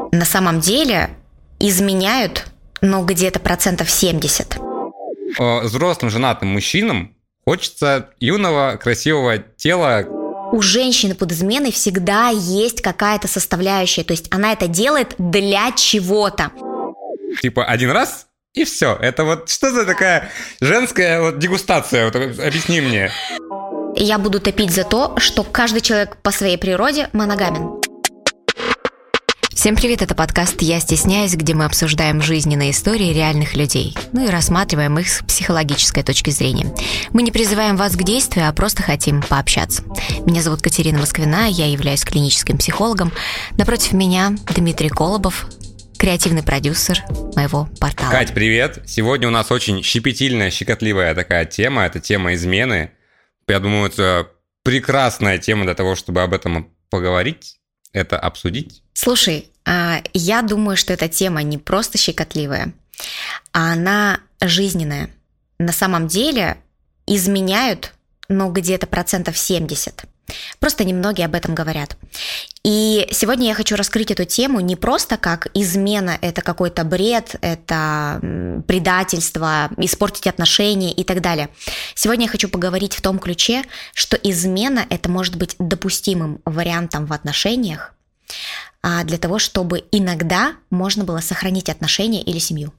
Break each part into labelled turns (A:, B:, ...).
A: На самом деле изменяют, но где-то 70%.
B: Взрослым женатым мужчинам хочется юного, красивого тела.
A: У женщины под изменой всегда есть какая-то составляющая, то есть она это делает для чего-то.
B: Типа один раз и все. Это вот что за такая женская вот дегустация? Вот, объясни мне.
A: Я буду топить за то, что каждый человек по своей природе моногамен. Всем привет, это подкаст «Я стесняюсь», где мы обсуждаем жизненные истории реальных людей, и рассматриваем их с психологической точки зрения. Мы не призываем вас к действию, а просто хотим пообщаться. Меня зовут Катерина Москвина, я являюсь клиническим психологом. Напротив меня Дмитрий Колобов, креативный продюсер моего портала.
B: Кать, привет! Сегодня у нас очень щепетильная, щекотливая такая тема, это тема измены. Я думаю, это прекрасная тема для того, чтобы об этом поговорить, это обсудить.
A: Слушай, я думаю, что эта тема не просто щекотливая, а она жизненная. На самом деле изменяют, но где-то 70%. Просто немногие об этом говорят. И сегодня я хочу раскрыть эту тему не просто как измена – это какой-то бред, это предательство, испортить отношения и так далее. Сегодня я хочу поговорить в том ключе, что измена – это может быть допустимым вариантом в отношениях, для того, чтобы иногда можно было сохранить отношения или семью.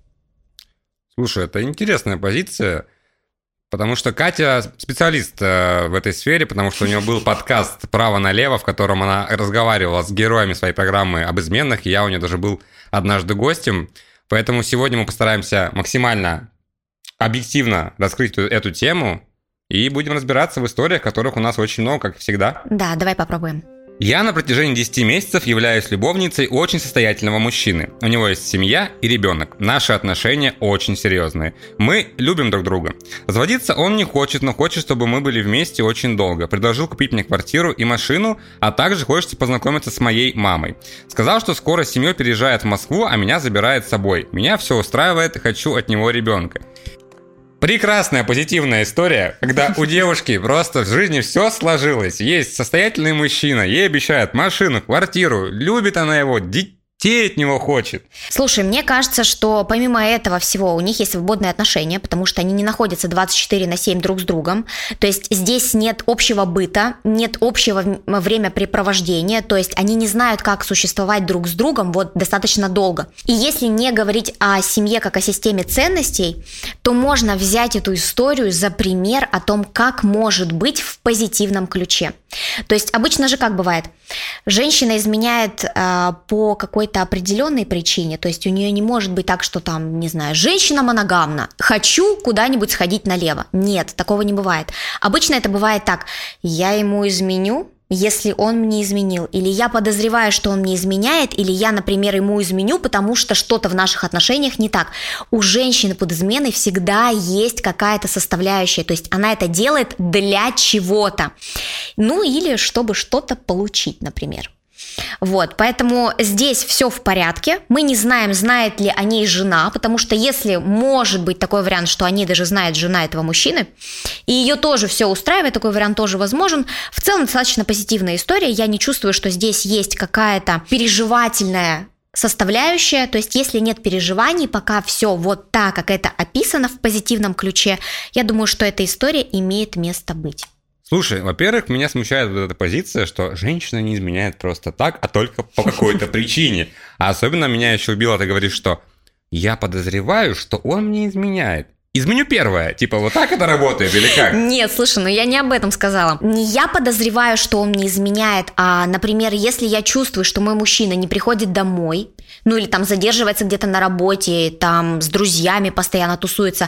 B: Слушай, это интересная позиция, потому что Катя специалист в этой сфере, потому что у нее был подкаст «Право налево», в котором она разговаривала с героями своей программы об изменах, и я у нее даже был однажды гостем. Поэтому сегодня мы постараемся максимально объективно раскрыть эту тему и будем разбираться в историях, которых у нас очень много, как всегда.
A: Да, давай попробуем.
B: Я на протяжении 10 месяцев являюсь любовницей очень состоятельного мужчины. У него есть семья и ребенок. Наши отношения очень серьезные. Мы любим друг друга. Разводиться он не хочет, но хочет, чтобы мы были вместе очень долго. Предложил купить мне квартиру и машину, а также хочет познакомиться с моей мамой. Сказал, что скоро с семьей переезжает в Москву, а меня забирает с собой. Меня все устраивает, хочу от него ребенка. Прекрасная, позитивная история, когда у девушки просто в жизни все сложилось. Есть состоятельный мужчина, ей обещают машину, квартиру, любит она его, детей от него хочет.
A: Слушай, мне кажется, что помимо этого всего у них есть свободные отношения, потому что они не находятся 24/7 друг с другом. То есть здесь нет общего быта, нет общего времяпрепровождения, то есть они не знают, как существовать друг с другом вот достаточно долго. И если не говорить о семье как о системе ценностей, то можно взять эту историю за пример о том, как может быть в позитивном ключе. То есть обычно же как бывает? Женщина изменяет по какой-то определенной причине, то есть у нее не может быть так, что там, не знаю, женщина моногамна, хочу куда-нибудь сходить налево. Нет, такого не бывает. Обычно это бывает так: я ему изменю, если он мне изменил, или я подозреваю, что он мне изменяет, или я, например, ему изменю, потому что что-то в наших отношениях не так. У женщины под изменой всегда есть какая-то составляющая, то есть она это делает для чего-то, ну или чтобы что-то получить, например. Вот, поэтому здесь все в порядке. Мы не знаем, знает ли о ней жена, потому что если может быть такой вариант, что о ней даже знает жена этого мужчины, и ее тоже все устраивает, такой вариант тоже возможен. В целом достаточно позитивная история. Я не чувствую, что здесь есть какая-то переживательная составляющая, то есть если нет переживаний, пока все вот так, как это описано в позитивном ключе, я думаю, что эта история имеет место быть.
B: Слушай, во-первых, меня смущает вот эта позиция, что женщина не изменяет просто так, а только по какой-то причине. А особенно меня еще убило, ты говоришь, что я подозреваю, что он мне изменяет. Изменю первое. Типа вот так это работает или как?
A: Нет, слушай, я не об этом сказала. Не я подозреваю, что он мне изменяет, а, например, если я чувствую, что мой мужчина не приходит домой, ну или там задерживается где-то на работе, там с друзьями постоянно тусуется,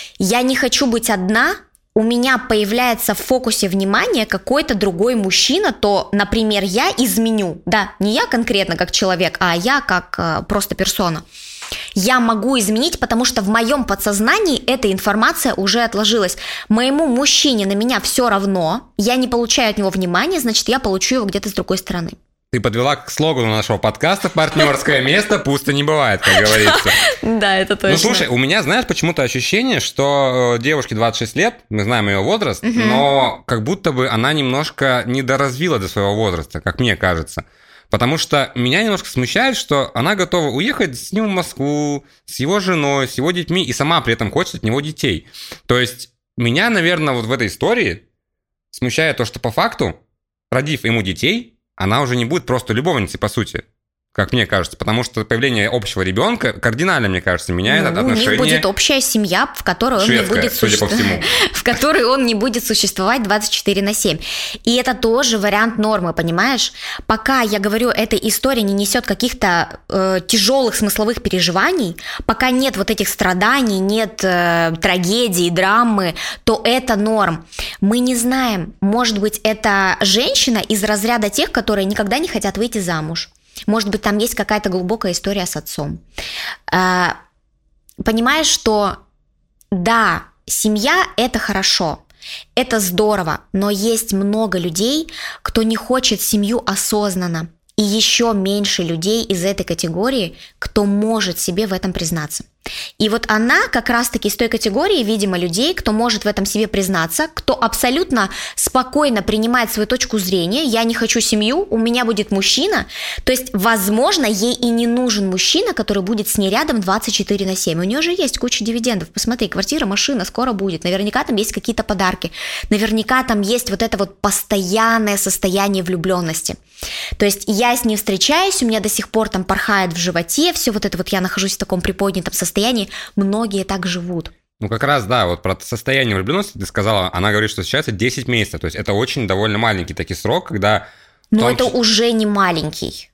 A: я не хочу быть одна, у меня появляется в фокусе внимания какой-то другой мужчина, то, например, я изменю. Да, не я конкретно как человек, а я как просто персона. Я могу изменить, потому что в моем подсознании эта информация уже отложилась. Моему мужчине на меня все равно, я не получаю от него внимания, значит, я получу его где-то с другой стороны.
B: Ты подвела к слогану нашего подкаста «Партнерское место пусто не бывает», как говорится.
A: Да, это точно.
B: Ну, слушай, у меня, знаешь, почему-то ощущение, что девушке 26 лет, мы знаем ее возраст, но как будто бы она немножко недоразвила до своего возраста, как мне кажется. Потому что меня немножко смущает, что она готова уехать с ним в Москву, с его женой, с его детьми, и сама при этом хочет от него детей. То есть меня, наверное, вот в этой истории смущает то, что по факту, родив ему детей, она уже не будет просто любовницей, по сути. Как мне кажется, потому что появление общего ребенка кардинально, мне кажется, меняет отношения.
A: У них будет общая семья, в которой он не будет существовать 24/7. И это тоже вариант нормы, понимаешь? Пока, я говорю, эта история не несет каких-то тяжелых смысловых переживаний, пока нет вот этих страданий, нет трагедии, драмы, то это норм. Мы не знаем, может быть, это женщина из разряда тех, которые никогда не хотят выйти замуж. Может быть, там есть какая-то глубокая история с отцом. Понимаешь, что да, семья – это хорошо, это здорово, но есть много людей, кто не хочет семью осознанно, и еще меньше людей из этой категории, кто может себе в этом признаться. И вот она как раз-таки из той категории, видимо, людей, кто может в этом себе признаться, кто абсолютно спокойно принимает свою точку зрения. Я не хочу семью, у меня будет мужчина. То есть, возможно, ей и не нужен мужчина, который будет с ней рядом 24/7. У нее же есть куча дивидендов. Посмотри, квартира, машина скоро будет. Наверняка там есть какие-то подарки. Наверняка там есть вот это вот постоянное состояние влюбленности. То есть я с ним встречаюсь, у меня до сих пор там порхает в животе, все вот это вот я нахожусь в таком приподнятом состоянии, многие так живут.
B: Ну, как раз, да, вот про состояние влюбленности ты сказала, она говорит, что сейчас это 10 месяцев, то есть это очень довольно маленький такой срок, когда...
A: Но это уже не маленький,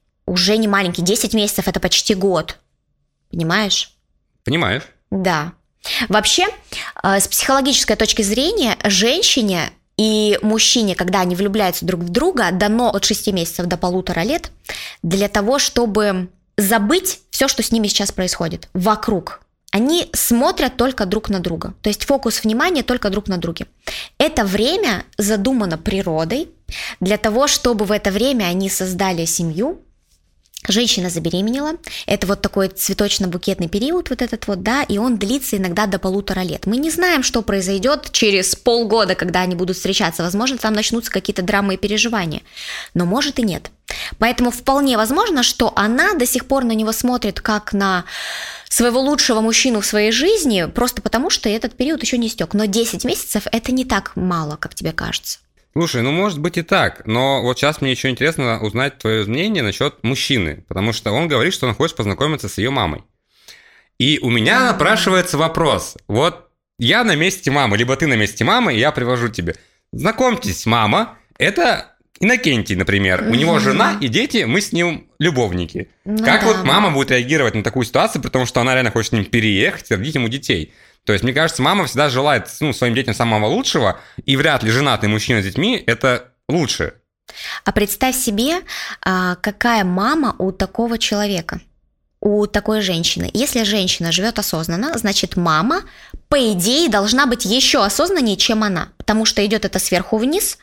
A: 10 месяцев это почти год, понимаешь?
B: Понимаешь.
A: Да. Вообще, с психологической точки зрения, женщине и мужчине, когда они влюбляются друг в друга, дано от 6 месяцев до 1,5 лет для того, чтобы забыть все, что с ними сейчас происходит вокруг. Они смотрят только друг на друга, то есть фокус внимания только друг на друге. Это время задумано природой для того, чтобы в это время они создали семью. Женщина забеременела, это вот такой цветочно-букетный период вот этот вот, да, и он длится иногда до 1,5 лет. Мы не знаем, что произойдет через полгода, когда они будут встречаться. Возможно, там начнутся какие-то драмы и переживания, но может и нет. Поэтому вполне возможно, что она до сих пор на него смотрит как на своего лучшего мужчину в своей жизни, просто потому что этот период еще не истек. Но 10 месяцев – это не так мало, как тебе кажется.
B: Слушай, ну может быть и так, но вот сейчас мне еще интересно узнать твое мнение насчет мужчины, потому что он говорит, что он хочет познакомиться с ее мамой. И у меня напрашивается вопрос, вот я на месте мамы, либо ты на месте мамы, и я привожу тебе. Знакомьтесь, мама, это Иннокентий, например, у него жена и дети, мы с ним любовники. Ну, как вот мама будет реагировать на такую ситуацию, потому что она реально хочет с ним переехать и родить ему детей? То есть, мне кажется, мама всегда желает своим детям самого лучшего, и вряд ли женатый мужчина с детьми – это лучше.
A: А представь себе, какая мама у такого человека, у такой женщины. Если женщина живет осознанно, значит, мама, по идее, должна быть еще осознаннее, чем она, потому что идет это сверху вниз,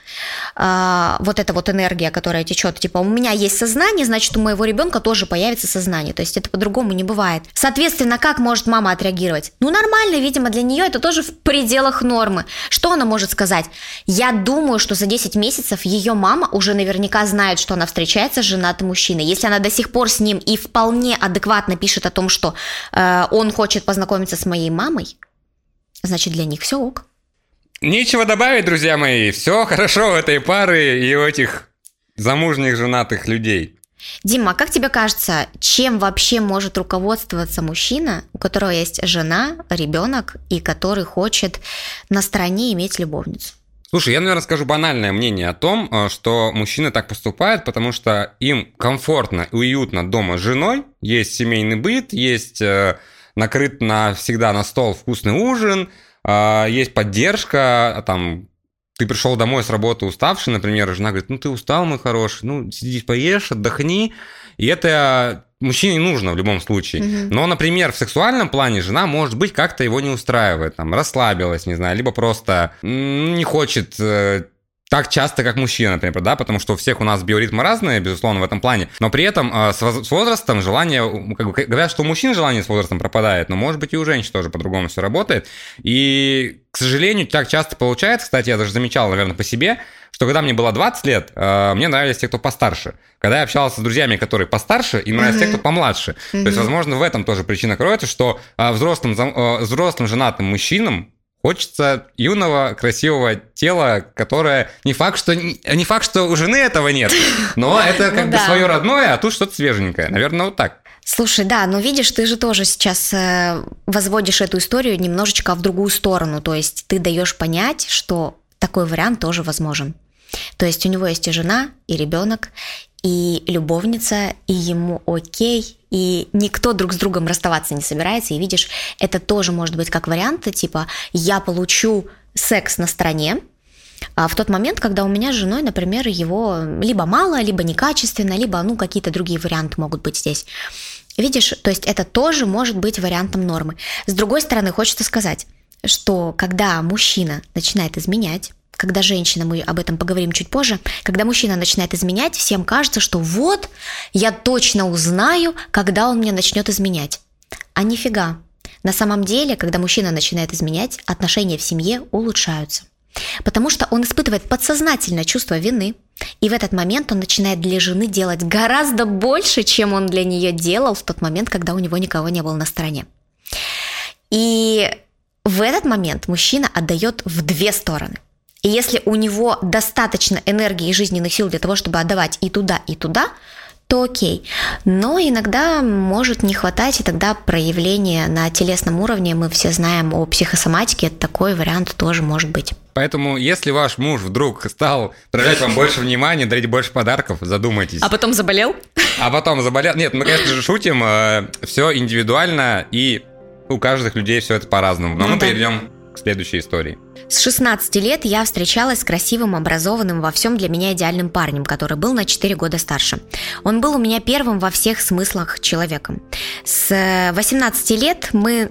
A: вот эта вот энергия, которая течет, типа, у меня есть сознание, значит, у моего ребенка тоже появится сознание, то есть это по-другому не бывает. Соответственно, как может мама отреагировать? Ну, нормально, видимо, для нее это тоже в пределах нормы. Что она может сказать? Я думаю, что за 10 месяцев ее мама уже наверняка знает, что она встречается с женатым мужчиной. Если она до сих пор с ним и вполне адекватно пишет о том, что он хочет познакомиться с моей мамой, значит, для них все ок.
B: Нечего добавить, друзья мои. Все хорошо у этой пары и у этих замужних женатых людей.
A: Дима, как тебе кажется, чем вообще может руководствоваться мужчина, у которого есть жена, ребенок и который хочет на стороне иметь любовницу?
B: Слушай, я, наверное, скажу банальное мнение о том, что мужчины так поступают, потому что им комфортно и уютно дома с женой, есть семейный быт, есть накрыт всегда на стол вкусный ужин, есть поддержка, там, ты пришел домой с работы уставший, например, жена говорит, ну ты устал, мой хороший, ну сиди, поешь, отдохни, и это мужчине нужно в любом случае. Но, например, в сексуальном плане жена, может быть, как-то его не устраивает, там, расслабилась, не знаю, либо просто не хочет так часто, как мужчина, например, да, потому что у всех у нас биоритмы разные, безусловно, в этом плане, но при этом с возрастом желание, как бы, говорят, что у мужчин желание с возрастом пропадает, но, может быть, и у женщин тоже по-другому все работает, и, к сожалению, так часто получается, кстати, я даже замечал, наверное, по себе, что когда мне было 20 лет, мне нравились те, кто постарше. Когда я общался с друзьями, которые постарше, им нравились те, кто помладше. То есть, возможно, в этом тоже причина кроется, что взрослым женатым мужчинам хочется юного, красивого тела, которое не факт, что у жены этого нет, но это как бы свое родное, а тут что-то свеженькое. Наверное, вот так.
A: Слушай, да, но видишь, ты же тоже сейчас возводишь эту историю немножечко в другую сторону, то есть ты даешь понять, что такой вариант тоже возможен. То есть у него есть и жена, и ребенок, и любовница, и ему окей, и никто друг с другом расставаться не собирается, и видишь, это тоже может быть как вариант, типа я получу секс на стороне, в тот момент, когда у меня с женой, например, его либо мало, либо некачественно, либо какие-то другие варианты могут быть здесь. Видишь, то есть это тоже может быть вариантом нормы. С другой стороны, хочется сказать, что когда мужчина начинает изменять, когда женщина, мы об этом поговорим чуть позже, когда мужчина начинает изменять, всем кажется, что вот, я точно узнаю, когда он мне начнет изменять. А нифига. На самом деле, когда мужчина начинает изменять, отношения в семье улучшаются. Потому что он испытывает подсознательное чувство вины, и в этот момент он начинает для жены делать гораздо больше, чем он для нее делал в тот момент, когда у него никого не было на стороне. И в этот момент мужчина отдает в две стороны. И если у него достаточно энергии и жизненных сил для того, чтобы отдавать и туда, то окей. Но иногда может не хватать, и тогда проявление на телесном уровне, мы все знаем о психосоматике, такой вариант тоже может быть.
B: Поэтому, если ваш муж вдруг стал проявлять вам больше внимания, дарить больше подарков, задумайтесь.
A: А потом заболел?
B: Нет, мы, конечно же, шутим, все индивидуально, и у каждых людей все это по-разному. Но мы перейдем к следующей истории.
A: С 16 лет я встречалась с красивым, образованным, во всем для меня идеальным парнем, который был на 4 года старше. Он был у меня первым во всех смыслах человеком. С 18 лет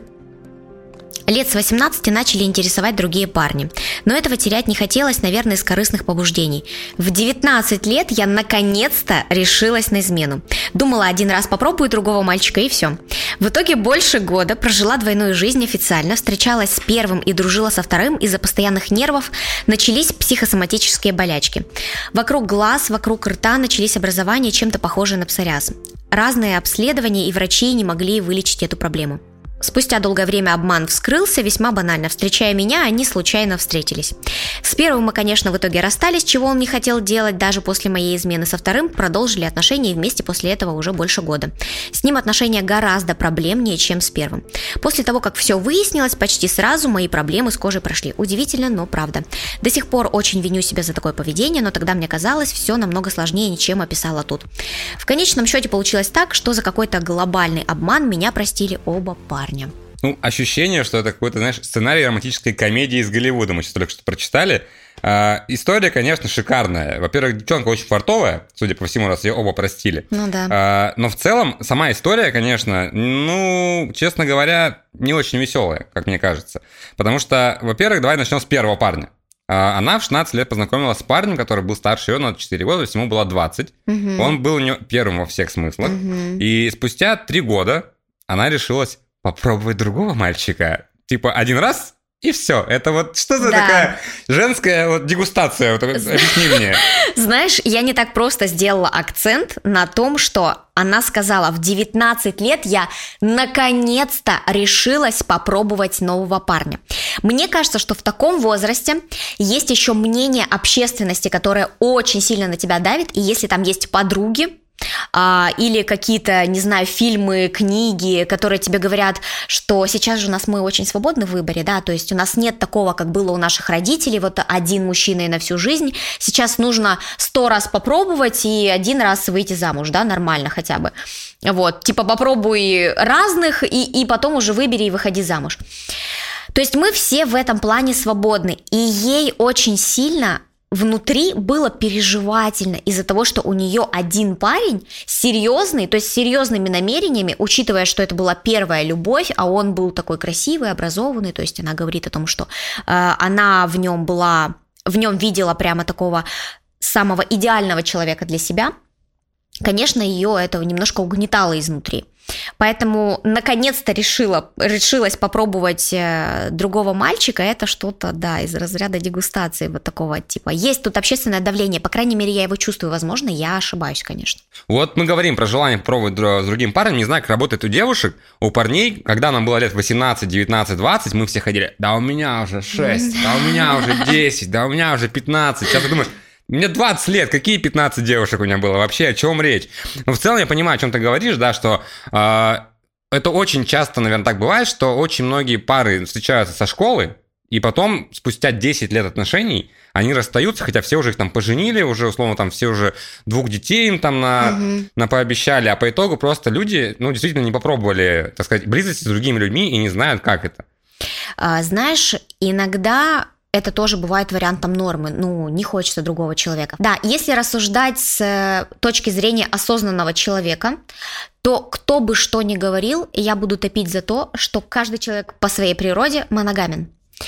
A: Лет с 18 начали интересовать другие парни. Но этого терять не хотелось, наверное, из корыстных побуждений. В 19 лет я наконец-то решилась на измену. Думала, один раз попробую другого мальчика и все. В итоге больше года прожила двойную жизнь официально, встречалась с первым и дружила со вторым. Из-за постоянных нервов начались психосоматические болячки. Вокруг глаз, вокруг рта начались образования, чем-то похожие на псориаз. Разные обследования и врачи не могли вылечить эту проблему. Спустя долгое время обман вскрылся, весьма банально. Встречая меня, они случайно встретились. С первым мы, конечно, в итоге расстались, чего он не хотел делать даже после моей измены. Со вторым продолжили отношения и вместе после этого уже больше года. С ним отношения гораздо проблемнее, чем с первым. После того, как все выяснилось, почти сразу мои проблемы с кожей прошли. Удивительно, но правда. До сих пор очень виню себя за такое поведение, но тогда мне казалось все намного сложнее, чем описала тут. В конечном счете получилось так, что за какой-то глобальный обман меня простили оба парня.
B: Ощущение, что это какой-то, знаешь, сценарий романтической комедии из Голливуда. Мы сейчас только что прочитали. История, конечно, шикарная. Во-первых, девчонка очень фартовая, судя по всему, раз ее оба простили.
A: Ну да.
B: Но в целом сама история, конечно, честно говоря, не очень веселая, как мне кажется. Потому что, во-первых, давай начнем с первого парня. Она в 16 лет познакомилась с парнем, который был старше ее на 4 года, то есть ему было 20. Угу. Он был у нее первым во всех смыслах. Угу. И спустя 3 года она решилась попробовать другого мальчика. Типа один раз и все. Это вот что за такая женская вот дегустация? Вот, объясни мне.
A: Знаешь, я не так просто сделала акцент на том, что она сказала, в 19 лет я наконец-то решилась попробовать нового парня. Мне кажется, что в таком возрасте есть еще мнение общественности, которое очень сильно на тебя давит, и если там есть подруги, или какие-то, не знаю, фильмы, книги, которые тебе говорят, что сейчас же мы очень свободны в выборе, да, то есть у нас нет такого, как было у наших родителей, вот один мужчина и на всю жизнь, сейчас нужно 100 раз попробовать и 1 раз выйти замуж, да, нормально хотя бы, вот, типа попробуй разных и потом уже выбери и выходи замуж. То есть мы все в этом плане свободны, и ей очень сильно внутри было переживательно из-за того, что у нее один парень серьезный, то есть с серьезными намерениями, учитывая, что это была первая любовь, а он был такой красивый, образованный, то есть она говорит о том, что она в нем была в нем видела прямо такого самого идеального человека для себя, конечно, ее это немножко угнетало изнутри. Поэтому наконец-то решилась попробовать другого мальчика. Это что-то, да, из разряда дегустации вот такого типа. Есть тут общественное давление, по крайней мере, я его чувствую. Возможно, я ошибаюсь, конечно.
B: Вот мы говорим про желание попробовать с другим парнем. Не знаю, как работает у девушек, у парней. Когда нам было лет 18, 19, 20, мы все ходили: да у меня уже 6, да у меня уже 10, да у меня уже 15. Сейчас я думаю: мне 20 лет, какие 15 девушек у меня было? Вообще, о чем речь? Но в целом я понимаю, о чем ты говоришь, да, что это очень часто, наверное, так бывает, что очень многие пары встречаются со школы, и потом, спустя 10 лет отношений, они расстаются, хотя все уже их там поженили, уже, условно, там все уже 2 детей им там на пообещали, а по итогу просто люди, ну, действительно не попробовали, так сказать, близости с другими людьми и не знают, как это.
A: Знаешь, иногда это тоже бывает вариантом нормы, ну, не хочется другого человека. Да, если рассуждать с точки зрения осознанного человека, то кто бы что ни говорил, я буду топить за то, что каждый человек по своей природе моногамен.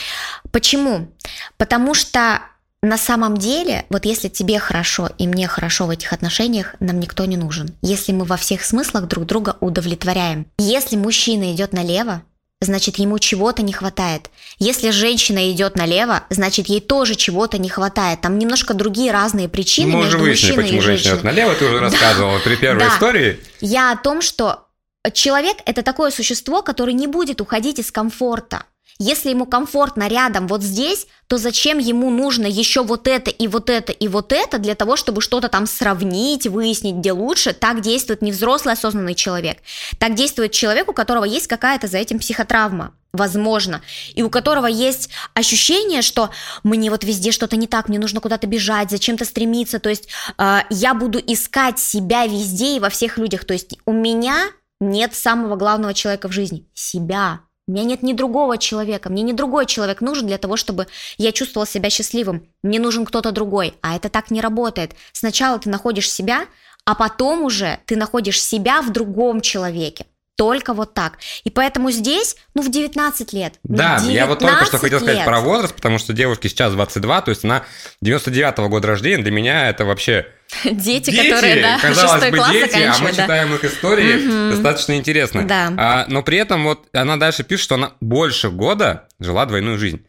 A: Почему? Потому что на самом деле, вот если тебе хорошо и мне хорошо в этих отношениях, нам никто не нужен. Если мы во всех смыслах друг друга удовлетворяем. Если мужчина идет налево, значит, ему чего-то не хватает. Если женщина идет налево, значит, ей тоже чего-то не хватает. Там немножко другие разные причины между мужчиной и женщиной. Мы уже выяснили, почему женщина идет
B: налево, ты уже рассказывала при первой истории.
A: Я о том, что человек – это такое существо, которое не будет уходить из комфорта. Если ему комфортно рядом вот здесь, то зачем ему нужно еще вот это и вот это и вот это для того, чтобы что-то там сравнить, выяснить, где лучше? Так действует не взрослый осознанный человек. Так действует человек, у которого есть какая-то за этим психотравма, возможно, и у которого есть ощущение, что мне вот везде что-то не так, мне нужно куда-то бежать, зачем-то стремиться, то есть я буду искать себя везде и во всех людях, то есть у меня нет самого главного человека в жизни – себя. У меня нет ни другого человека, мне не другой человек нужен для того, чтобы я чувствовала себя счастливым. Мне нужен кто-то другой, а это так не работает. Сначала ты находишь себя, а потом уже ты находишь себя в другом человеке. Только вот так. И поэтому здесь, в 19 лет.
B: Да, я вот только что хотел сказать про возраст, потому что девушке сейчас 22, то есть она 99-го года рождения, для меня это вообще...
A: Дети, которые, да,
B: казалось
A: 6
B: бы,
A: класс
B: дети,
A: заканчивают.
B: А мы читаем их истории, достаточно интересно.
A: Да.
B: Но при этом вот она дальше пишет, что она больше года жила двойную жизнь.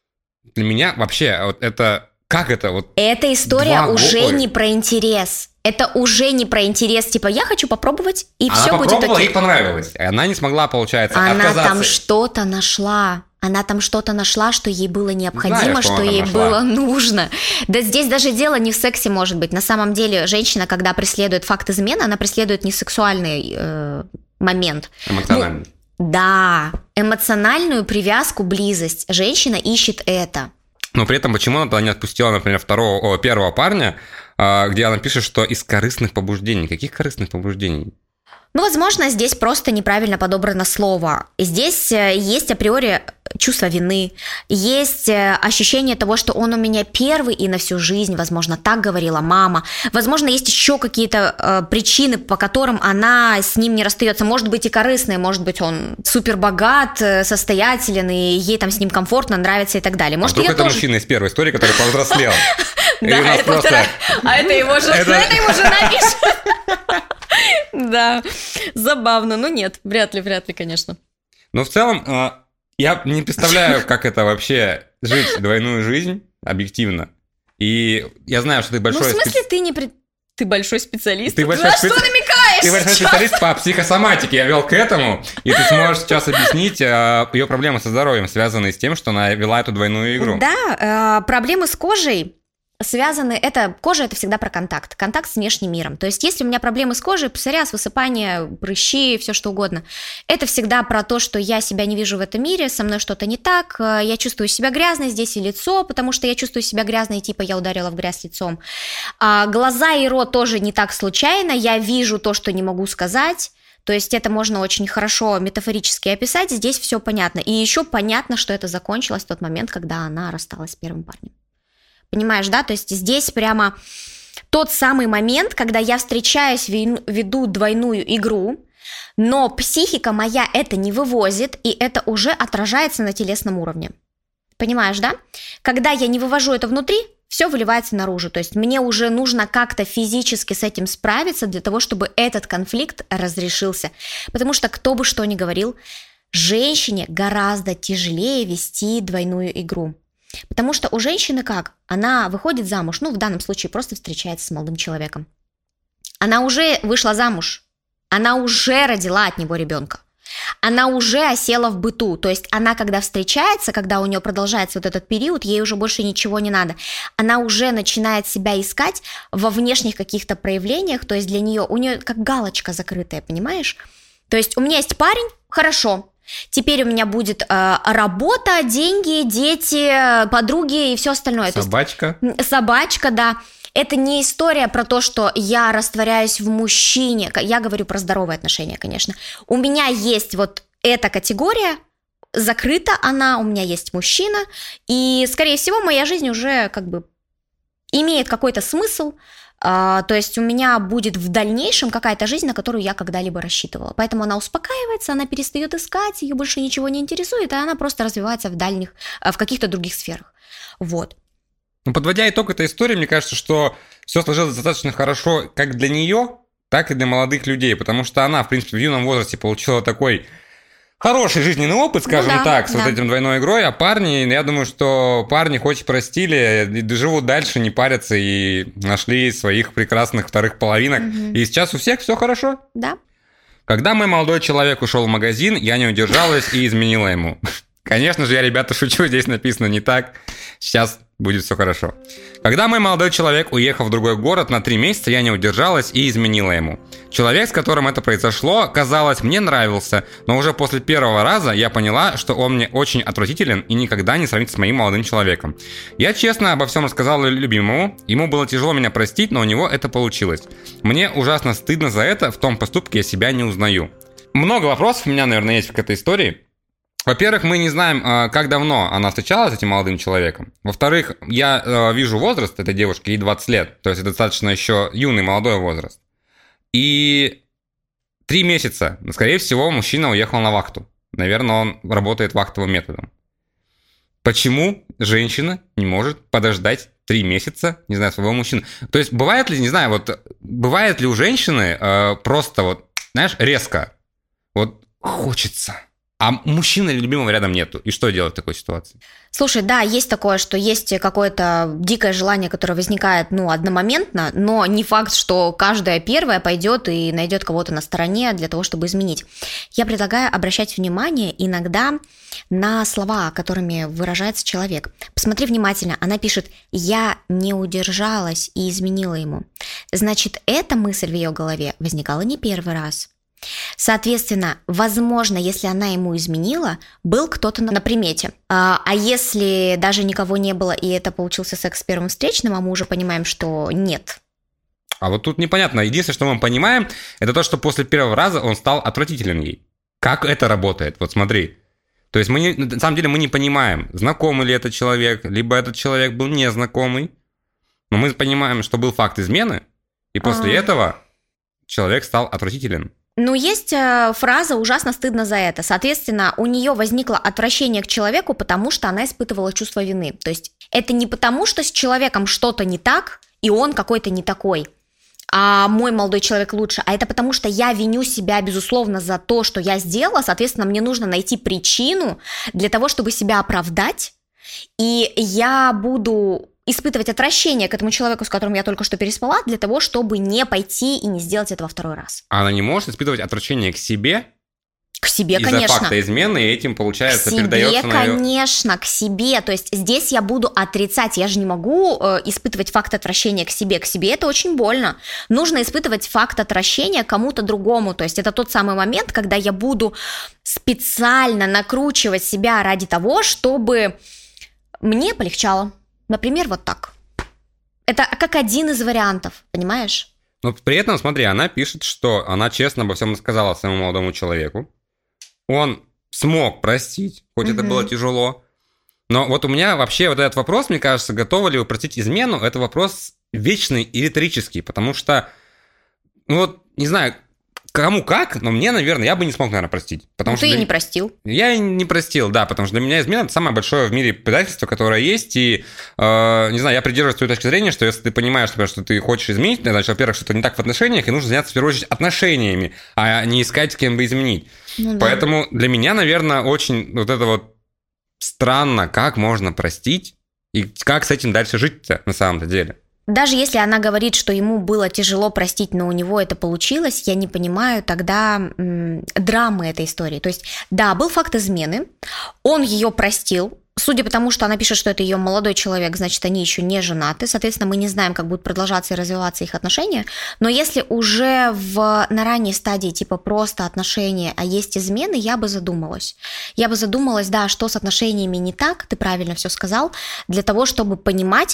B: Для меня вообще вот это... Как это? Вот
A: эта история уже не про интерес. Это уже не про интерес, типа, я хочу попробовать, и
B: она
A: все будет окей.
B: Она попробовала, ей понравилось. Она не смогла, получается,
A: отказаться. Она там что-то нашла. Она там что-то нашла, что ей было необходимо, что ей было нужно. Да здесь даже дело не в сексе, может быть. На самом деле, женщина, когда преследует факт измены, она преследует не сексуальный момент.
B: Эмоциональный.
A: Да, эмоциональную привязку, близость. Женщина ищет это.
B: Но при этом почему она тогда не отпустила, например, первого парня, где она пишет, что из корыстных побуждений. Каких корыстных побуждений?
A: Возможно, здесь просто неправильно подобрано слово. Здесь есть априори чувство вины, есть ощущение того, что он у меня первый и на всю жизнь, возможно, так говорила мама. Возможно, есть еще какие-то причины, по которым она с ним не расстается. Может быть, и корыстные, может быть, он супер богат, состоятелен, и ей там с ним комфортно, нравится и так далее. Может,
B: только это мужчина из первой истории, который повзрослел.
A: Да, это его жена пишет. Да, забавно, но нет, вряд ли, конечно.
B: Но в целом, я не представляю, как это вообще жить двойную жизнь объективно. И я знаю, что ты большой...
A: в смысле ты большой специалист?
B: Ты
A: на что намекаешь?
B: Ты большой специалист по психосоматике, я вел к этому, и ты сможешь сейчас объяснить ее проблемы со здоровьем, связанные с тем, что она вела эту двойную игру.
A: Да, проблемы с кожей связаны, кожа – это всегда про контакт с внешним миром. То есть, если у меня проблемы с кожей, псориаз, высыпание, прыщи, все что угодно, это всегда про то, что я себя не вижу в этом мире, со мной что-то не так, я чувствую себя грязной, здесь и лицо, потому что я чувствую себя грязной, типа я ударила в грязь лицом. Глаза и рот тоже не так случайно, я вижу то, что не могу сказать. То есть это можно очень хорошо метафорически описать, здесь все понятно. И еще понятно, что это закончилось в тот момент, когда она рассталась с первым парнем. Понимаешь, да? То есть здесь прямо тот самый момент, когда я встречаюсь, веду двойную игру, но психика моя это не вывозит, и это уже отражается на телесном уровне. Понимаешь, да? Когда я не вывожу это внутри, все выливается наружу. То есть мне уже нужно как-то физически с этим справиться для того, чтобы этот конфликт разрешился. Потому что кто бы что ни говорил, женщине гораздо тяжелее вести двойную игру. Потому что у женщины как? Она выходит замуж, в данном случае просто встречается с молодым человеком. Она уже вышла замуж, она уже родила от него ребенка. Она уже осела в быту, то есть она, когда встречается, когда у нее продолжается вот этот период, ей уже больше ничего не надо, она уже начинает себя искать во внешних каких-то проявлениях, то есть у нее как галочка закрытая, понимаешь? То есть у меня есть парень, хорошо, теперь у меня будет работа, деньги, дети, подруги и все остальное.
B: Собачка.
A: Собачка, да. Это не история про то, что я растворяюсь в мужчине. Я говорю про здоровые отношения, конечно. У меня есть вот эта категория, закрыта она, у меня есть мужчина, и, скорее всего, моя жизнь уже как бы имеет какой-то смысл, то есть у меня будет в дальнейшем какая-то жизнь, на которую я когда-либо рассчитывала. Поэтому она успокаивается, она перестает искать, ее больше ничего не интересует, и она просто развивается в каких-то других сферах. Вот.
B: Подводя итог этой истории, мне кажется, что все сложилось достаточно хорошо как для нее, так и для молодых людей, потому что она, в принципе, в юном возрасте получила такой хороший жизненный опыт, скажем так, с вот этим двойной игрой, а парни, я думаю, что парни хоть и простили, живут дальше, не парятся и нашли своих прекрасных вторых половинок, и сейчас у всех все хорошо.
A: Да.
B: Когда мой молодой человек ушел в магазин, я не удержалась и изменила ему. Конечно же, я, ребята, шучу, здесь написано не так. Сейчас будет все хорошо. Когда мой молодой человек уехал в другой город на 3 месяца, я не удержалась и изменила ему. Человек, с которым это произошло, казалось, мне нравился, но уже после первого раза я поняла, что он мне очень отвратителен и никогда не сравнится с моим молодым человеком. Я честно обо всем рассказала любимому, ему было тяжело меня простить, но у него это получилось. Мне ужасно стыдно за это, в том поступке я себя не узнаю. Много вопросов у меня, наверное, есть к этой истории. Во-первых, мы не знаем, как давно она встречалась с этим молодым человеком. Во-вторых, я вижу возраст этой девушки, ей 20 лет. То есть это достаточно еще юный, молодой возраст. И 3 месяца, скорее всего, мужчина уехал на вахту. Наверное, он работает вахтовым методом. Почему женщина не может подождать 3 месяца, не знаю, своего мужчину? То есть бывает ли, не знаю, бывает ли у женщины просто знаешь, резко, хочется... А мужчины или любимого рядом нету. И что делать в такой ситуации?
A: Слушай, да, есть такое, что есть какое-то дикое желание, которое возникает, одномоментно, но не факт, что каждая первая пойдет и найдет кого-то на стороне для того, чтобы изменить. Я предлагаю обращать внимание иногда на слова, которыми выражается человек. Посмотри внимательно, она пишет: «Я не удержалась и изменила ему». Значит, эта мысль в ее голове возникала не первый раз. Соответственно, возможно, если она ему изменила, был кто-то на примете. А если даже никого не было, и это получился секс с первым встречным, а мы уже понимаем, что нет.
B: А вот тут непонятно. Единственное, что мы понимаем, это то, что после первого раза он стал отвратителен ей. Как это работает? Вот смотри. То есть на самом деле мы не понимаем, знакомый ли этот человек, либо этот человек был незнакомый. Но мы понимаем, что был факт измены, и после этого человек стал отвратителен.
A: Есть фраза «ужасно стыдно за это». Соответственно, у нее возникло отвращение к человеку, потому что она испытывала чувство вины. То есть это не потому, что с человеком что-то не так, и он какой-то не такой, а мой молодой человек лучше, а это потому, что я виню себя, безусловно, за то, что я сделала. Соответственно, мне нужно найти причину для того, чтобы себя оправдать, и я буду испытывать отвращение к этому человеку, с которым я только что переспала, для того, чтобы не пойти и не сделать этого второй раз.
B: А она не может испытывать отвращение к себе?
A: К себе,
B: из-за
A: конечно.
B: Из-за факта измены, и этим, получается,
A: к себе,
B: передается на её...
A: конечно, к себе. То есть здесь я буду отрицать. Я же не могу испытывать факт отвращения к себе. К себе это очень больно. Нужно испытывать факт отвращения кому-то другому. То есть это тот самый момент, когда я буду специально накручивать себя ради того, чтобы мне полегчало. Например, вот так. Это как один из вариантов, понимаешь?
B: Но при этом, смотри, она пишет, что она честно обо всем рассказала своему молодому человеку. Он смог простить, хоть это было тяжело. Но вот у меня вообще вот этот вопрос, мне кажется, готовы ли вы простить измену, это вопрос вечный и риторический, потому что, не знаю, кому как, но мне, наверное, я бы не смог, наверное, простить. Потому что
A: ты и не простил.
B: Я не простил, да, потому что для меня измена – это самое большое в мире предательство, которое есть, и, не знаю, я придерживаюсь той точки зрения, что если ты понимаешь, например, что ты хочешь изменить, значит, во-первых, что-то не так в отношениях, и нужно заняться, в первую очередь, отношениями, а не искать, с кем бы изменить. Ну, да. Поэтому для меня, наверное, очень вот это вот странно, как можно простить, и как с этим дальше жить-то на самом-то деле.
A: Даже если она говорит, что ему было тяжело простить, но у него это получилось, я не понимаю тогда драмы этой истории. То есть, да, был факт измены, он ее простил, судя по тому, что она пишет, что это ее молодой человек, значит, они еще не женаты, соответственно, мы не знаем, как будут продолжаться и развиваться их отношения, но если уже на ранней стадии типа просто отношения, а есть измены, я бы задумалась. Я бы задумалась, да, что с отношениями не так, ты правильно все сказал, для того, чтобы понимать,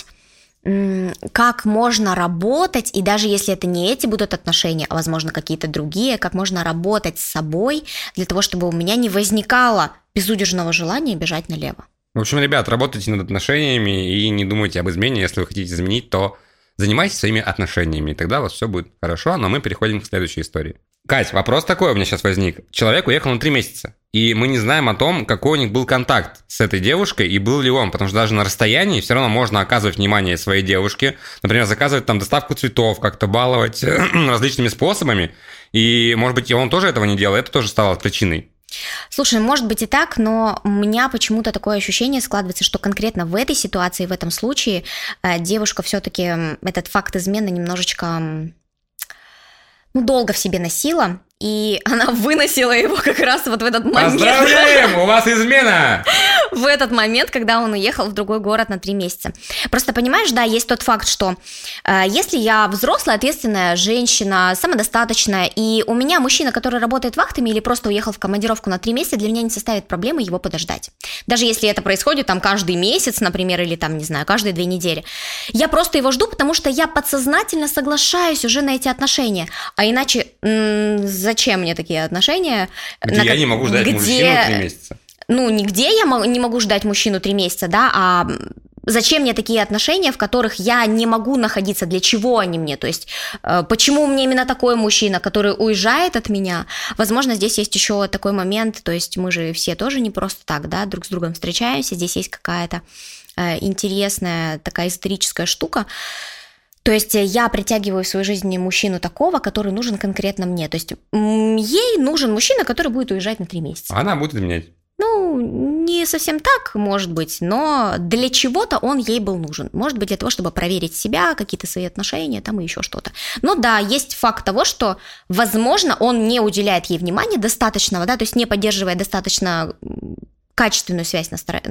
A: как можно работать, и даже если это не эти будут отношения, а, возможно, какие-то другие, как можно работать с собой для того, чтобы у меня не возникало безудержного желания бежать налево.
B: В общем, ребят, работайте над отношениями и не думайте об измене. Если вы хотите изменить, то занимайтесь своими отношениями, и тогда у вас все будет хорошо, но мы переходим к следующей истории. Кать, вопрос такой у меня сейчас возник. Человек уехал на 3 месяца, и мы не знаем о том, какой у них был контакт с этой девушкой, и был ли он, потому что даже на расстоянии все равно можно оказывать внимание своей девушке, например, заказывать там доставку цветов, как-то баловать различными способами, и, может быть, и он тоже этого не делал, это тоже стало причиной.
A: Слушай, может быть и так, но у меня почему-то такое ощущение складывается, что конкретно в этой ситуации, в этом случае девушка все-таки этот факт измены немножечко долго в себе носила, и она выносила его как раз вот в этот момент.
B: Поздравляем, у вас измена!
A: В этот момент, когда он уехал в другой город на 3 месяца. Просто понимаешь, да, есть тот факт, что если я взрослая, ответственная женщина, самодостаточная, и у меня мужчина, который работает вахтами или просто уехал в командировку на 3 месяца, для меня не составит проблемы его подождать. Даже если это происходит там каждый месяц, например, или там, не знаю, каждые 2 недели. Я просто его жду, потому что я подсознательно соглашаюсь уже на эти отношения. А иначе зачем мне такие отношения?
B: Где я не могу ждать мужчину 3 месяца.
A: Ну, нигде я не могу ждать мужчину 3 месяца, да, а зачем мне такие отношения, в которых я не могу находиться, для чего они мне, то есть почему мне именно такой мужчина, который уезжает от меня, возможно, здесь есть еще такой момент, то есть мы же все тоже не просто так, да, друг с другом встречаемся, здесь есть какая-то интересная такая эзотерическая штука. То есть я притягиваю в свою жизнь мужчину такого, который нужен конкретно мне, то есть ей нужен мужчина, который будет уезжать на 3 месяца.
B: Она будет изменять.
A: Ну, не совсем так, может быть, но для чего-то он ей был нужен. Может быть, для того, чтобы проверить себя, какие-то свои отношения, там и еще что-то. Но да, есть факт того, что, возможно, он не уделяет ей внимания достаточного, да, то есть не поддерживая достаточно качественную связь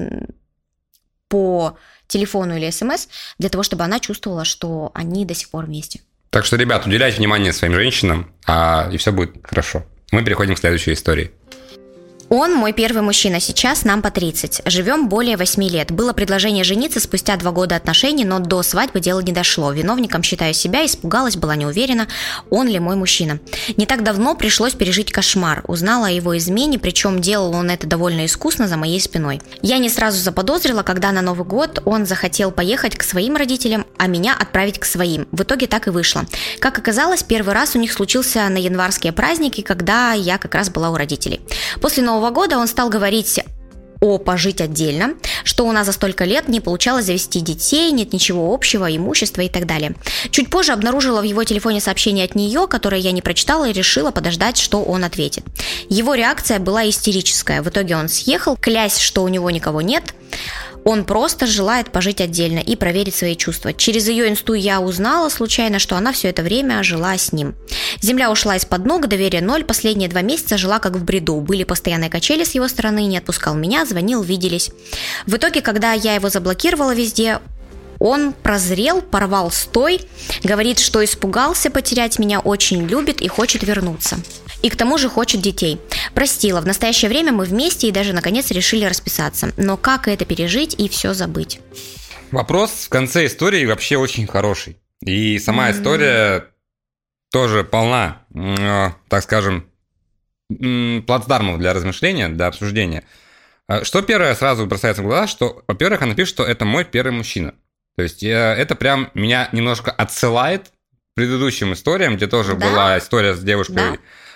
A: по телефону или СМС, для того, чтобы она чувствовала, что они до сих пор вместе.
B: Так что, ребят, уделяйте внимание своим женщинам, и все будет хорошо. Мы переходим к следующей истории.
A: Он мой первый мужчина, сейчас нам по 30. Живем более 8 лет. Было предложение жениться спустя 2 года отношений, но до свадьбы дело не дошло. Виновником считаю себя, испугалась, была не уверена, он ли мой мужчина. Не так давно пришлось пережить кошмар. Узнала о его измене, причем делал он это довольно искусно за моей спиной. Я не сразу заподозрила, когда на Новый год он захотел поехать к своим родителям, а меня отправить к своим. В итоге так и вышло. Как оказалось, первый раз у них случился на январские праздники, когда я как раз была у родителей. После Нового года он стал говорить о пожить отдельно, что у нас за столько лет не получалось завести детей, нет ничего общего, имущества и так далее. Чуть позже обнаружила в его телефоне сообщение от нее, которое я не прочитала и решила подождать, что он ответит. Его реакция была истерическая. В итоге он съехал, клясь, что у него никого нет. Он просто желает пожить отдельно и проверить свои чувства. Через ее инсту я узнала случайно, что она все это время жила с ним. Земля ушла из-под ног, доверия 0. Последние 2 месяца жила как в бреду. Были постоянные качели с его стороны, не отпускал меня, звонил, виделись. В итоге, когда я его заблокировала везде, он прозрел, порвал с той, говорит, что испугался потерять меня, очень любит и хочет вернуться. И к тому же хочет детей. Простила, в настоящее время мы вместе и даже наконец решили расписаться. Но как это пережить и все забыть?
B: Вопрос в конце истории вообще очень хороший. И сама история тоже полна, так скажем, плацдармов для размышления, для обсуждения. Что первое сразу бросается в глаза, что, во-первых, она пишет, что это мой первый мужчина. То есть это прям меня немножко отсылает к предыдущим историям, где тоже была история с девушкой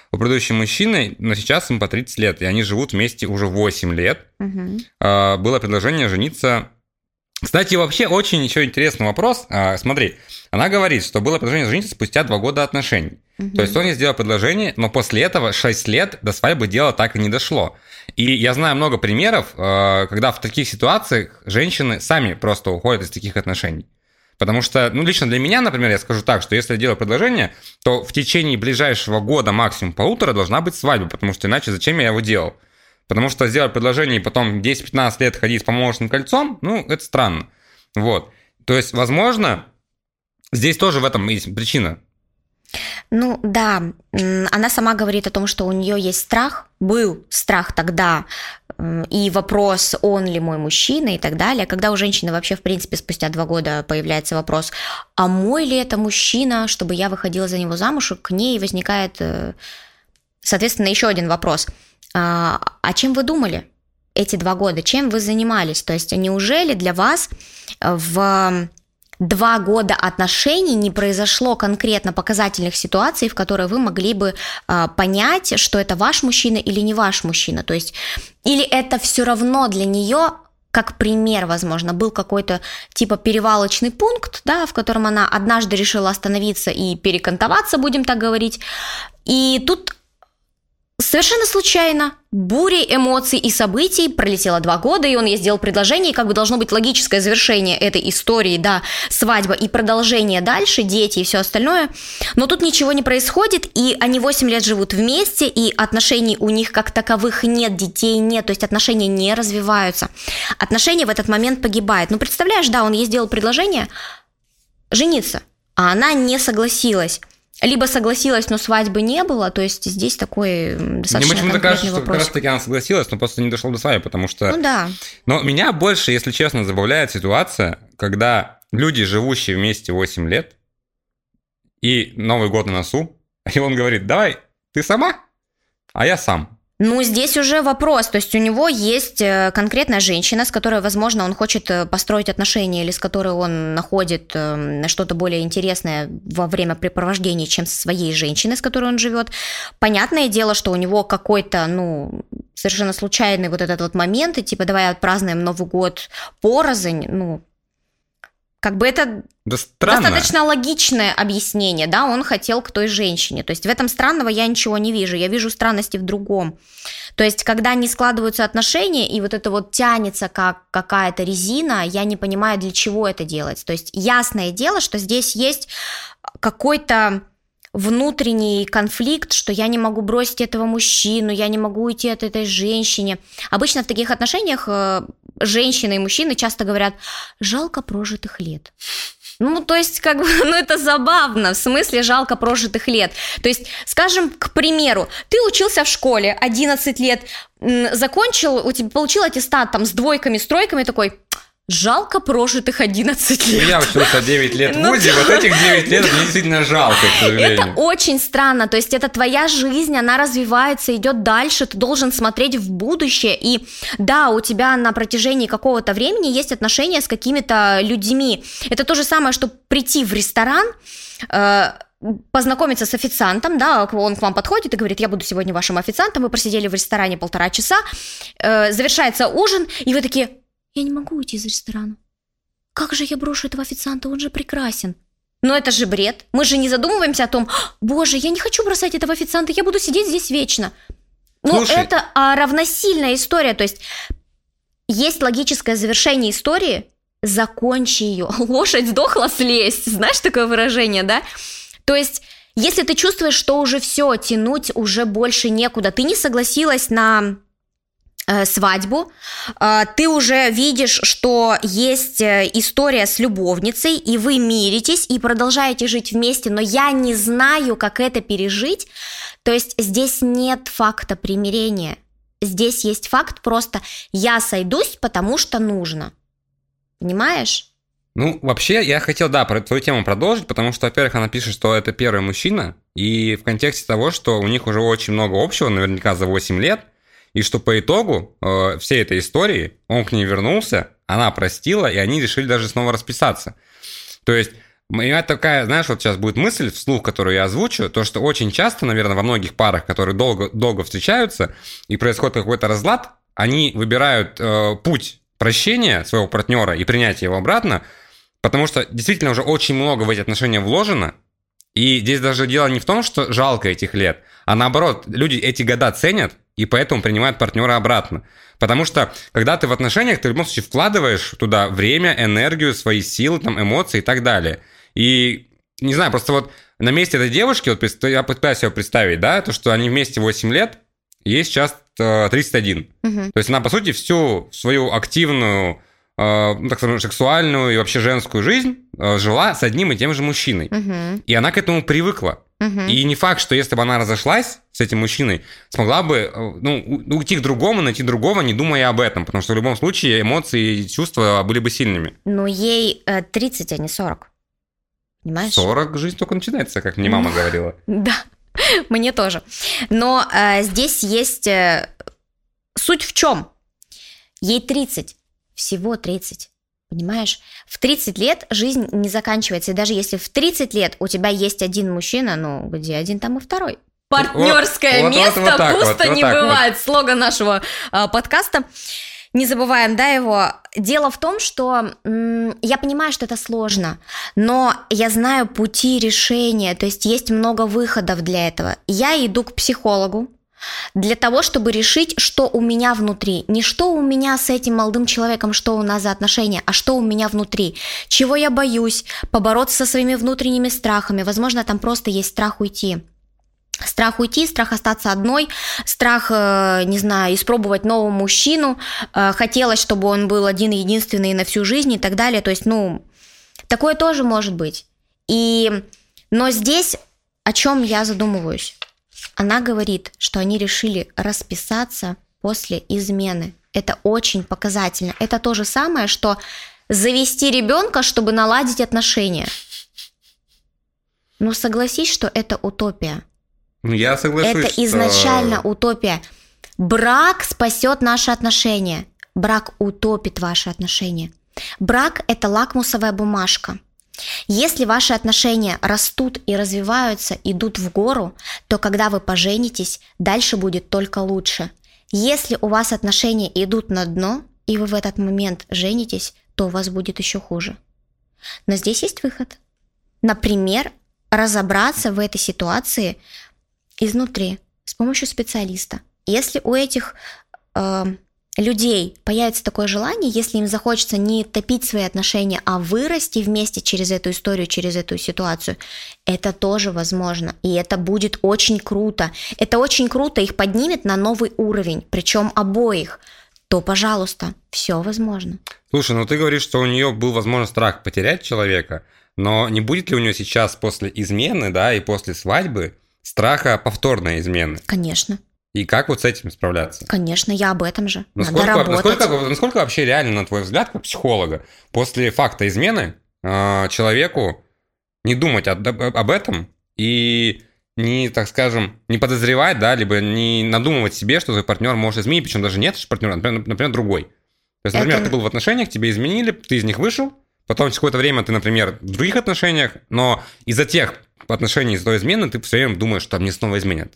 B: у предыдущего мужчины, но сейчас им по 30 лет, и они живут вместе уже 8 лет. Было предложение жениться... Кстати, вообще очень еще интересный вопрос. Смотри, она говорит, что было предложение жениться спустя 2 года отношений. То есть он ей сделал предложение, но после этого 6 лет до свадьбы дело так и не дошло. И я знаю много примеров, когда в таких ситуациях женщины сами просто уходят из таких отношений. Потому что, лично для меня, например, я скажу так, что если я делаю предложение, то в течение ближайшего года, максимум 1,5, должна быть свадьба, потому что иначе зачем я его делал? Потому что сделать предложение и потом 10-15 лет ходить с помолвочным кольцом, это странно. Вот. То есть, возможно, здесь тоже в этом есть причина.
A: Да, она сама говорит о том, что у нее есть страх, был страх тогда, и вопрос, он ли мой мужчина и так далее. Когда у женщины вообще, в принципе, спустя 2 года появляется вопрос, а мой ли это мужчина, чтобы я выходила за него замуж, к ней возникает, соответственно, еще один вопрос. А чем вы думали эти 2 года? Чем вы занимались? То есть неужели для вас в 2 года отношений не произошло конкретно показательных ситуаций, в которые вы могли бы понять, что это ваш мужчина или не ваш мужчина? То есть, или это все равно для нее, как пример, возможно, был какой-то типа перевалочный пункт, да, в котором она однажды решила остановиться и перекантоваться, будем так говорить, и тут совершенно случайно, бурей эмоций и событий, пролетело 2 года, и он ей сделал предложение, и как бы должно быть логическое завершение этой истории, да, свадьба и продолжение дальше, дети и все остальное, но тут ничего не происходит, и они 8 лет живут вместе, и отношений у них как таковых нет, детей нет, то есть отношения не развиваются, отношения в этот момент погибают. Представляешь, да, он ей сделал предложение жениться, а она не согласилась. Либо согласилась, но свадьбы не было, то есть здесь такой достаточно конкретный вопрос. Мне кажется, что
B: как раз таки она согласилась, но просто не дошло до свадьбы, потому что...
A: да.
B: Но меня больше, если честно, забавляет ситуация, когда люди, живущие вместе 8 лет, и Новый год на носу, и он говорит, давай, ты сама, а я сам.
A: Здесь уже вопрос, то есть у него есть конкретная женщина, с которой, возможно, он хочет построить отношения или с которой он находит что-то более интересное во времяпрепровождении, чем со своей женщиной, с которой он живет. Понятное дело, что у него какой-то, совершенно случайный вот этот вот момент, и типа давай отпразднуем Новый год порознь, как бы это достаточно логичное объяснение, да, он хотел к той женщине, то есть в этом странного я ничего не вижу, я вижу странности в другом, то есть когда не складываются отношения и вот это вот тянется как какая-то резина, я не понимаю, для чего это делать, то есть ясное дело, что здесь есть какой-то внутренний конфликт, что я не могу бросить этого мужчину, я не могу уйти от этой женщины. Обычно в таких отношениях женщины и мужчины часто говорят «жалко прожитых лет». То есть, это забавно, в смысле жалко прожитых лет. То есть, скажем, к примеру, ты учился в школе 11 лет, закончил, получил аттестат с 2, с 3, такой... Жалко прожитых 11 лет.
B: Я учился 9 лет в ВУЗе, вот этих 9 лет мне действительно жалко, к сожалению.
A: Это очень странно, то есть это твоя жизнь, она развивается, идет дальше, ты должен смотреть в будущее, и да, у тебя на протяжении какого-то времени есть отношения с какими-то людьми. Это то же самое, что прийти в ресторан, познакомиться с официантом, да, он к вам подходит и говорит, я буду сегодня вашим официантом, вы просидели в ресторане 1,5 часа, завершается ужин, и вы такие... Я не могу уйти из ресторана. Как же я брошу этого официанта, он же прекрасен. Но это же бред. Мы же не задумываемся о том, боже, я не хочу бросать этого официанта, я буду сидеть здесь вечно.
B: Слушай,
A: это равносильная история. То есть логическое завершение истории, закончи ее. Лошадь сдохла, слезь. Знаешь такое выражение, да? То есть, если ты чувствуешь, что уже все, тянуть уже больше некуда, ты не согласилась на... свадьбу, ты уже видишь, что есть история с любовницей, и вы миритесь, и продолжаете жить вместе, но я не знаю, как это пережить, то есть здесь нет факта примирения, здесь есть факт просто «я сойдусь, потому что нужно». Понимаешь?
B: Вообще, я хотел, про твою тему продолжить, потому что, во-первых, она пишет, что это первый мужчина, и в контексте того, что у них уже очень много общего, наверняка за 8 лет, и что по итогу всей этой истории он к ней вернулся, она простила, и они решили даже снова расписаться. То есть У меня такая, знаешь, вот сейчас будет мысль вслух, которую я озвучу, то, что очень часто, наверное, во многих парах, которые долго встречаются, и происходит какой-то разлад, они выбирают путь прощения своего партнера и принятия его обратно, потому что действительно уже очень много в эти отношения вложено, и здесь даже дело не в том, что жалко этих лет, а наоборот, люди эти года ценят, и поэтому принимают партнера обратно. Потому что, когда ты в отношениях, ты в любом случае вкладываешь туда время, энергию, свои силы, там, эмоции и так далее. И, не знаю, просто вот на месте этой девушки, вот я пытаюсь себе представить, да, то, что они вместе 8 лет, ей сейчас 31. То есть она, по сути, всю свою активную, так скажем, сексуальную и вообще женскую жизнь жила с одним и тем же мужчиной. И она к этому привыкла. И не факт, что если бы она разошлась с этим мужчиной, смогла бы уйти к другому, найти другого, не думая об этом. Потому что в любом случае эмоции и чувства были бы сильными.
A: Но ей 30, а не 40. Понимаешь?
B: 40 жизнь только начинается, как мне мама говорила.
A: Да, мне тоже. Но здесь есть суть в чем? Ей 30, всего 30. Понимаешь? В 30 лет жизнь не заканчивается. И даже если в 30 лет у тебя есть один мужчина, ну, где один, там и второй. Партнерское место пусто не бывает. Слоган нашего подкаста. Не забываем, да, его. Дело в том, что я понимаю, что это сложно, но я знаю пути решения, то есть много выходов для этого. Я иду к психологу для того, чтобы решить, что у меня внутри. Не что у меня с этим молодым человеком, что у нас за отношения, а что у меня внутри. Чего я боюсь, побороться со своими внутренними страхами. Возможно, там просто есть страх уйти. Страх уйти, страх остаться одной, страх, не знаю, испробовать нового мужчину, хотелось, чтобы он был один единственный на всю жизнь и так далее. То есть, такое тоже может быть. Но здесь о чем я задумываюсь? Она говорит, что они решили расписаться после измены. Это очень показательно. Это то же самое, что завести ребенка, чтобы наладить отношения. Но согласись, что это утопия.
B: Я соглашусь.
A: Это изначально утопия. Брак спасет наши отношения. Брак утопит ваши отношения. Брак – это лакмусовая бумажка. Если ваши отношения растут и развиваются, идут в гору, то когда вы поженитесь, дальше будет только лучше. Если у вас отношения идут на дно, и вы в этот момент женитесь, то у вас будет еще хуже. Но здесь есть выход. Например, разобраться в этой ситуации изнутри, с помощью специалиста. Если у этих людей появится такое желание, если им захочется не топить свои отношения, а вырасти вместе через эту историю, через эту ситуацию, это тоже возможно. И это будет очень круто. Это очень круто, их поднимет на новый уровень, причем обоих. То, пожалуйста, все возможно.
B: Слушай, ты говоришь, что у нее был, возможно, страх потерять человека, но не будет ли у нее сейчас после измены, да, и после свадьбы страха повторной измены?
A: Конечно.
B: И как вот с этим справляться?
A: Конечно, я об этом же.
B: Насколько вообще реально, на твой взгляд, как психолога, после факта измены человеку не думать об этом и не, так скажем, не подозревать, да, либо не надумывать себе, что твой партнер может изменить, причем даже нет партнера, например, другой. То есть, например, ты был в отношениях, тебе изменили, ты из них вышел, потом через какое-то время ты, например, в других отношениях, но из-за тех отношений, из-за той измены, ты все время думаешь, что мне снова изменят.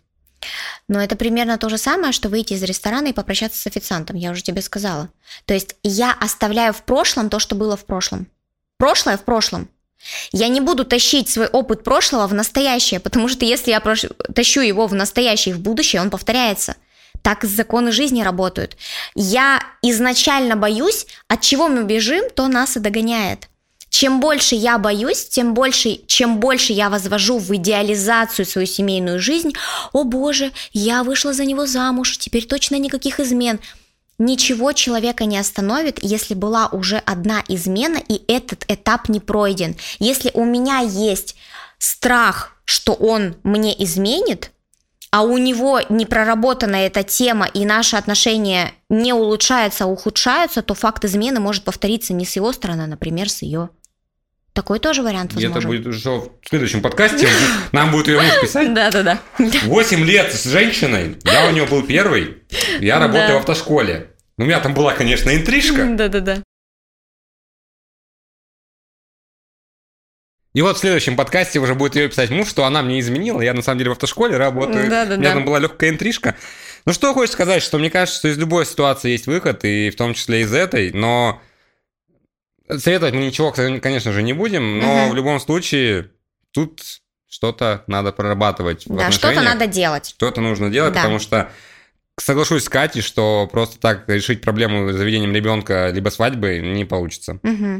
A: Но это примерно то же самое, что выйти из ресторана и попрощаться с официантом, я уже тебе сказала. То есть я оставляю в прошлом то, что было в прошлом. Прошлое в прошлом. Я не буду тащить свой опыт прошлого в настоящее, потому что если я тащу его в настоящее и в будущее, он повторяется. Так законы жизни работают. Я изначально боюсь, от чего мы бежим, то нас и догоняет. Чем больше я боюсь, чем больше я возвожу в идеализацию свою семейную жизнь. О боже, я вышла за него замуж, теперь точно никаких измен. Ничего человека не остановит, если была уже одна измена, и этот этап не пройден. Если у меня есть страх, что он мне изменит, а у него не проработана эта тема, и наши отношения не улучшаются, а ухудшаются, то факт измены может повториться не с его стороны, а, например, с ее. Такой тоже вариант возможен.
B: Это будет уже в следующем подкасте. Нам будет ее муж писать.
A: Да.
B: 8 лет с женщиной. Я у нее был первый. Я работаю в автошколе. У меня там была, конечно, интрижка.
A: Да.
B: И вот в следующем подкасте уже будет ее писать муж, что она мне изменила, я на самом деле в автошколе работаю, у меня там была легкая интрижка. Ну что хочешь сказать, что мне кажется, что из любой ситуации есть выход, и в том числе из этой, но советовать мы ничего, конечно же, не будем, но в любом случае тут что-то надо прорабатывать.
A: Да, что-то надо делать.
B: Что-то нужно делать, потому что соглашусь с Катей, что просто так решить проблему с заведением ребенка либо свадьбы не получится.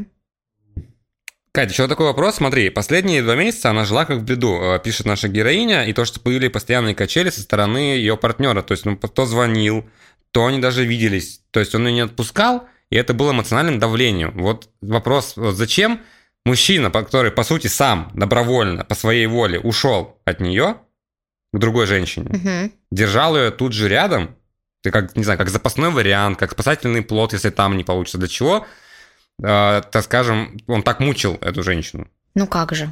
B: Катя, еще такой вопрос. Смотри, последние 2 месяца она жила как в бреду, пишет наша героиня, и то, что появились постоянные качели со стороны ее партнера. То есть, то звонил, то они даже виделись. То есть, он ее не отпускал, и это было эмоциональным давлением. Вот вопрос, зачем мужчина, который, по сути, сам добровольно, по своей воле ушел от нее к другой женщине, держал ее тут же рядом, как, не знаю, как запасной вариант, как спасательный плод, если там не получится. Для чего? Так скажем, он так мучил эту женщину.
A: Ну как же?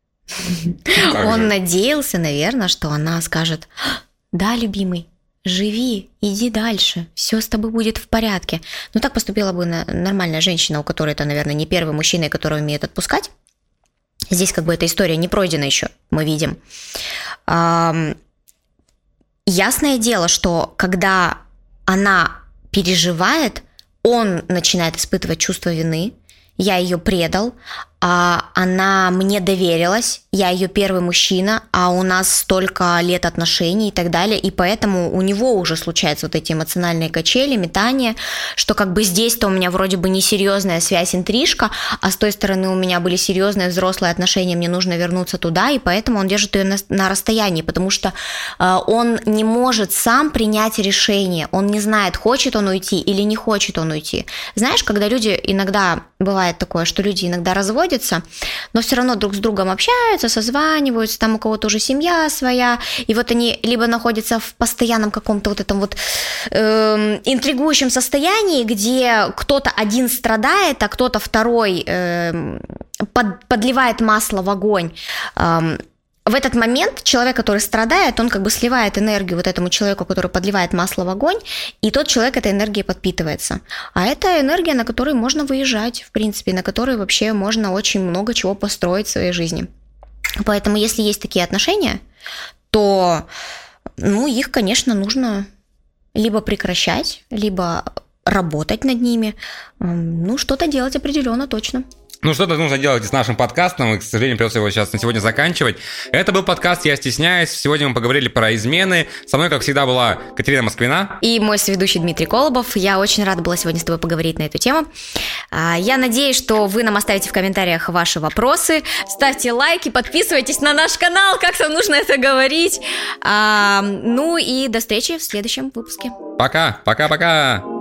A: Он надеялся, наверное, что она скажет: да, любимый, живи, иди дальше, все с тобой будет в порядке. Ну так поступила бы нормальная женщина, у которой это, наверное, не первый мужчина, который умеет отпускать. Здесь как бы эта история не пройдена еще, мы видим. Ясное дело, что когда она переживает, он начинает испытывать чувство вины. Я ее предал, она мне доверилась, я ее первый мужчина, а у нас столько лет отношений и так далее, и поэтому у него уже случаются вот эти эмоциональные качели, метания, что как бы здесь-то у меня вроде бы несерьезная связь, интрижка, а с той стороны у меня были серьезные взрослые отношения, мне нужно вернуться туда, и поэтому он держит ее на расстоянии, потому что он не может сам принять решение, он не знает, хочет он уйти или не хочет он уйти. Знаешь, когда люди иногда, бывает такое, что люди иногда разводятся, но все равно друг с другом общаются, созваниваются, там у кого-то уже семья своя, и вот они либо находятся в постоянном каком-то вот этом вот интригующем состоянии, где кто-то один страдает, а кто-то второй подливает масло в огонь. В этот момент человек, который страдает, он как бы сливает энергию вот этому человеку, который подливает масло в огонь, и тот человек этой энергией подпитывается. А это энергия, на которой можно выезжать, в принципе, на которой вообще можно очень много чего построить в своей жизни. Поэтому, если есть такие отношения, то, их, конечно, нужно либо прекращать, либо работать над ними, что-то делать определенно точно.
B: Что-то нужно делать с нашим подкастом, и, к сожалению, придется его сейчас на сегодня заканчивать. Это был подкаст «Я стесняюсь». Сегодня мы поговорили про измены. Со мной, как всегда, была Катерина Москвина.
A: И мой соведущий Дмитрий Колобов. Я очень рада была сегодня с тобой поговорить на эту тему. Я надеюсь, что вы нам оставите в комментариях ваши вопросы. Ставьте лайки, подписывайтесь на наш канал, как там нужно это говорить. И до встречи в следующем выпуске.
B: Пока.